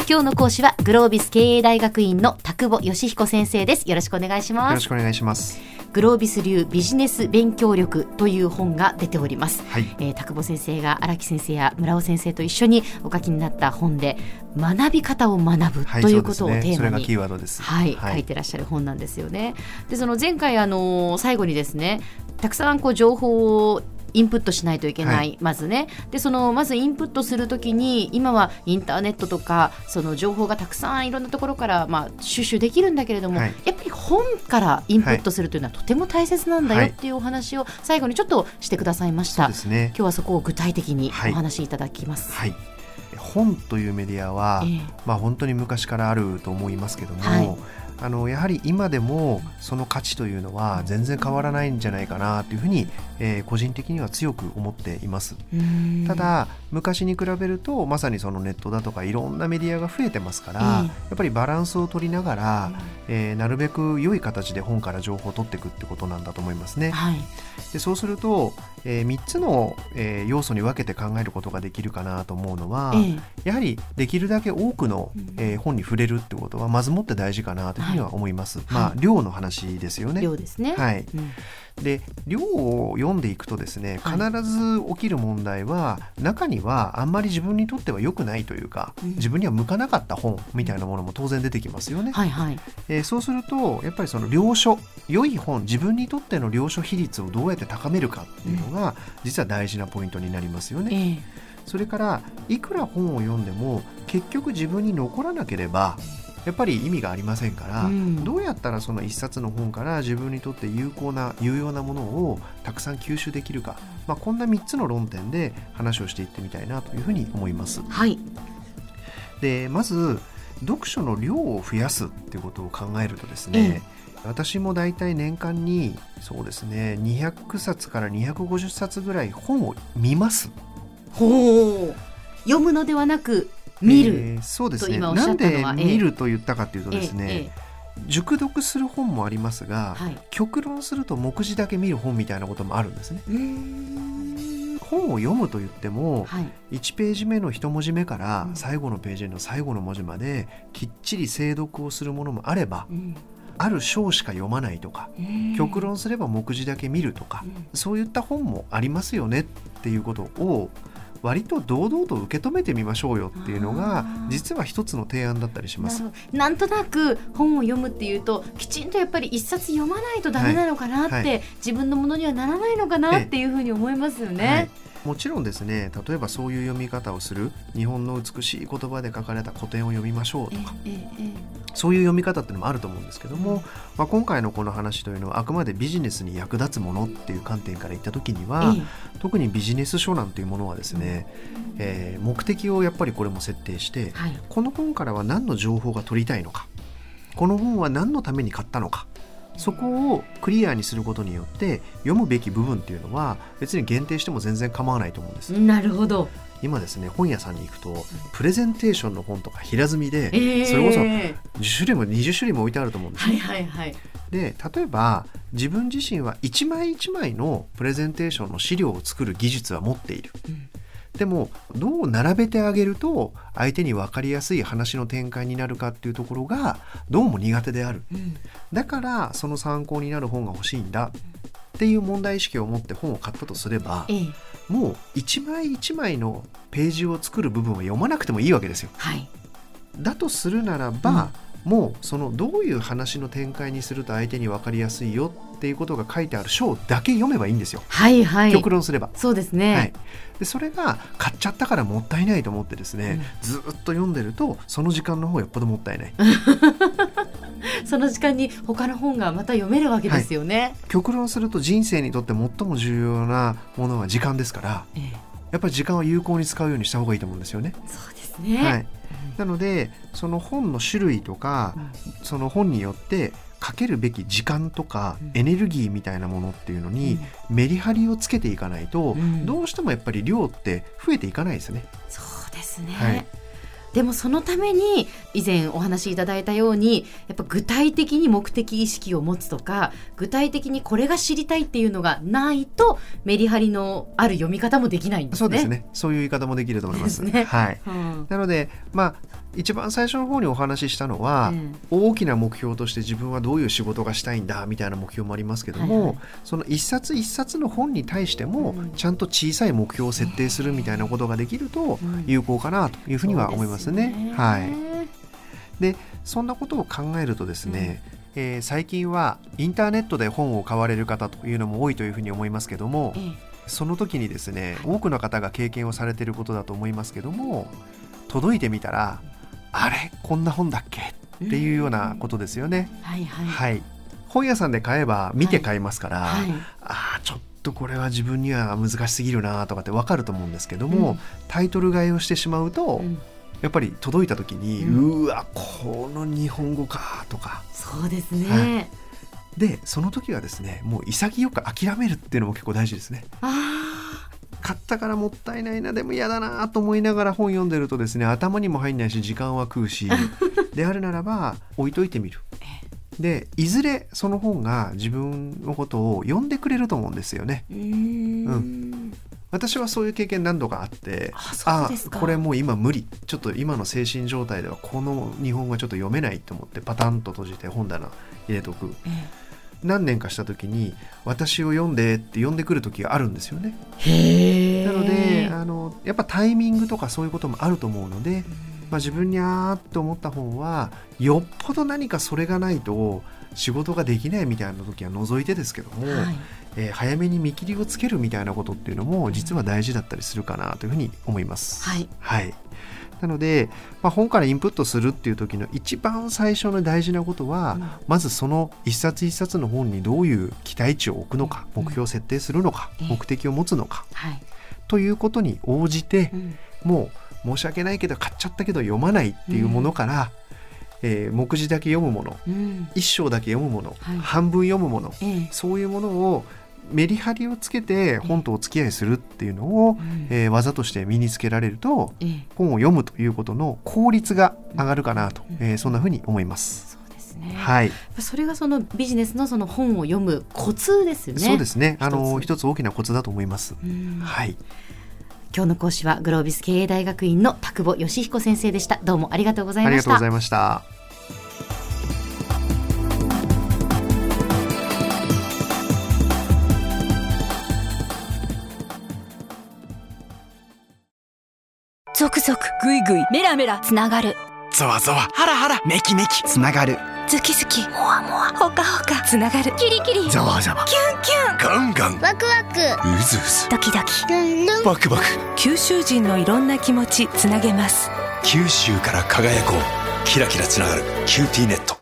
今日の講師はグロービス経営大学院の田久保義彦先生です。よろしくお願いします。 よろしくお願いします。 グロービス流ビジネス勉強力という本が出ております、 はい。 田久保先生が荒木先生や村尾先生と一緒にお書きになった本で、学び方を学ぶということをテーマに、 それがキーワードです。 書いてらっしゃる本なんですよね。でその前回最後にですね、たくさん情報をインプットしないといけない、まずね。でまずインプットするときに、今はインターネットとかその情報がたくさんいろんなところから、収集できるんだけれども、やっぱり本からインプットするというのはとても大切なんだよっていうお話を最後にちょっとしてくださいました。 そうですね。 今日はそこを具体的にお話しいただきます。 本というメディアは、本当に昔からあると思いますけども、やはり今でもその価値というのは全然変わらないんじゃないかなというふうに、個人的には強く思っています。ただ昔に比べると、まさにそのネットだとかいろんなメディアが増えてますから、やっぱりバランスを取りながら、なるべく良い形で本から情報を取っていくってことなんだと思いますね。でそうすると、3つの、要素に分けて考えることができるかなと思うのは、やはりできるだけ多くの、本に触れるってことはまずもって大事かなというふうには思います。量の話ですよね。 量ですね。 で量を読んでいくとですね、必ず起きる問題は、中にはあんまり自分にとっては良くないというか、自分には向かなかった本みたいなものも当然出てきますよね。そうするとやっぱりその良書、良い本、自分にとっての良書比率をどうやって高めるかっていうのが、実は大事なポイントになりますよね。それからいくら本を読んでも結局自分に残らなければやっぱり意味がありませんから、どうやったらその一冊の本から自分にとって有用なものをたくさん吸収できるか、こんな3つの論点で話をしていってみたいなというふうに思います。でまず読書の量を増やすっていうことを考えるとですね、私もだいたい年間にそうですね、200冊から250冊ぐらい本を見ます。 読むのではなく見る、 そうですね。なんで見ると言ったかというとですね、熟読する本もありますが、極論すると目次だけ見る本みたいなこともあるんですね。本を読むと言っても、1ページ目の1文字目から最後のページの最後の文字まできっちり精読をするものもあれば、ある章しか読まないとか、極論すれば目次だけ見るとか、そういった本もありますよねっていうことを割と堂々と受け止めてみましょうよっていうのが実は一つの提案だったりします。 なんとなく本を読むっていうと、きちんとやっぱり一冊読まないとダメなのかなって、自分のものにはならないのかなっていうふうに思いますよね。 もちろんですね、例えばそういう読み方をする、日本の美しい言葉で書かれた古典を読みましょうとか、そういう読み方っていうのもあると思うんですけども、今回のこの話というのはあくまでビジネスに役立つものっていう観点から言った時には、特にビジネス書なんていうものはですね、目的をやっぱりこれも設定して、この本からは何の情報が取りたいのか、この本は何のために買ったのか、そこをクリアにすることによって読むべき部分っていうのは別に限定しても全然構わないと思うんです。 なるほど。 今ですね、本屋さんに行くとプレゼンテーションの本とか平積みで、それこそ10種類も20種類も置いてあると思うんです、で例えば自分自身は一枚一枚のプレゼンテーションの資料を作る技術は持っている、でもどう並べてあげると相手に分かりやすい話の展開になるかっていうところがどうも苦手である、だからその参考になる本が欲しいんだっていう問題意識を持って本を買ったとすれば、もう一枚一枚のページを作る部分は読まなくてもいいわけですよ。だとするならば、もうそのどういう話の展開にすると相手に分かりやすいよっていうことが書いてある章だけ読めばいいんですよ。極論すれば。 そうですね。 でそれが買っちゃったからもったいないと思ってですね、ずっと読んでるとその時間の方がよっぽどもったいないその時間に他の本がまた読めるわけですよね。 極論すると人生にとって最も重要なものは時間ですから、やっぱり時間は有効に使うようにした方がいいと思うんですよね。 そうですね。 なのでその本の種類とか、その本によってかけるべき時間とかエネルギーみたいなものっていうのにメリハリをつけていかないと、どうしてもやっぱり量って増えていかないですね。 そうですね。 でもそのために以前お話しいただいたようにやっぱ具体的に目的意識を持つとか、具体的にこれが知りたいっていうのがないとメリハリのある読み方もできないんですね。 そうですね、そういう言い方もできると思います。はい、なので一番最初の方にお話ししたのは、大きな目標として自分はどういう仕事がしたいんだみたいな目標もありますけども、その一冊一冊の本に対してもちゃんと小さい目標を設定するみたいなことができると有効かなというふうには思いますね。はい、でそんなことを考えるとですね、最近はインターネットで本を買われる方というのも多いというふうに思いますけども、その時にですね、多くの方が経験をされていることだと思いますけども、届いてみたらあれこんな本だっけっていうようなことですよね。本屋さんで買えば見て買いますから、ちょっとこれは自分には難しすぎるなとかって分かると思うんですけども、タイトル買いをしてしまうと、やっぱり届いた時に、うわこの日本語かとか。 そうですね、 でその時はですね、もう潔く諦めるっていうのも結構大事ですね。買ったからもったいないな、でも嫌だなと思いながら本読んでるとですね、頭にも入んないし時間は食うしであるならば置いといてみる。でいずれその本が自分のことを読んでくれると思うんですよね。私はそういう経験何度かあって、これもう今無理、ちょっと今の精神状態ではこの日本語はちょっと読めないと思ってパタンと閉じて本棚入れとく。何年かした時に私を読んでって呼んでくる時があるんですよね。なのでやっぱタイミングとかそういうこともあると思うので、自分にと思った本はよっぽど何かそれがないと仕事ができないみたいな時は除いてですけども、早めに見切りをつけるみたいなことっていうのも実は大事だったりするかなというふうに思います。なので、本からインプットするっていう時の一番最初の大事なことは、まずその一冊一冊の本にどういう期待値を置くのか、目標を設定するのか、目的を持つのか、ということに応じて、もう申し訳ないけど買っちゃったけど読まないっていうものから、目次だけ読むもの、一章だけ読むもの、半分読むもの、そういうものをメリハリをつけて本とお付き合いするっていうのを、技として身につけられると、本を読むということの効率が上がるかなと、そんなふうに思います。 そうですね。それがそのビジネスのその本を読むコツですよね。 そうですね。一つ大きなコツだと思います。 今日の講師はグロービス経営大学院の田久保義彦先生でした。どうもありがとうございました。 ありがとうございました。 ゾクゾクグイグイメラメラつながる、 ゾワゾワハラハラメキメキつながる、 ズキズキモワモワホカホカつながる、キリキリザワザワキュンキュンガンガンワクワクウズウズドキドキルンルンバクバク、 九州人のいろんな気持ちつなげます。 九州から輝こう、キラキラつながるキューティーネット。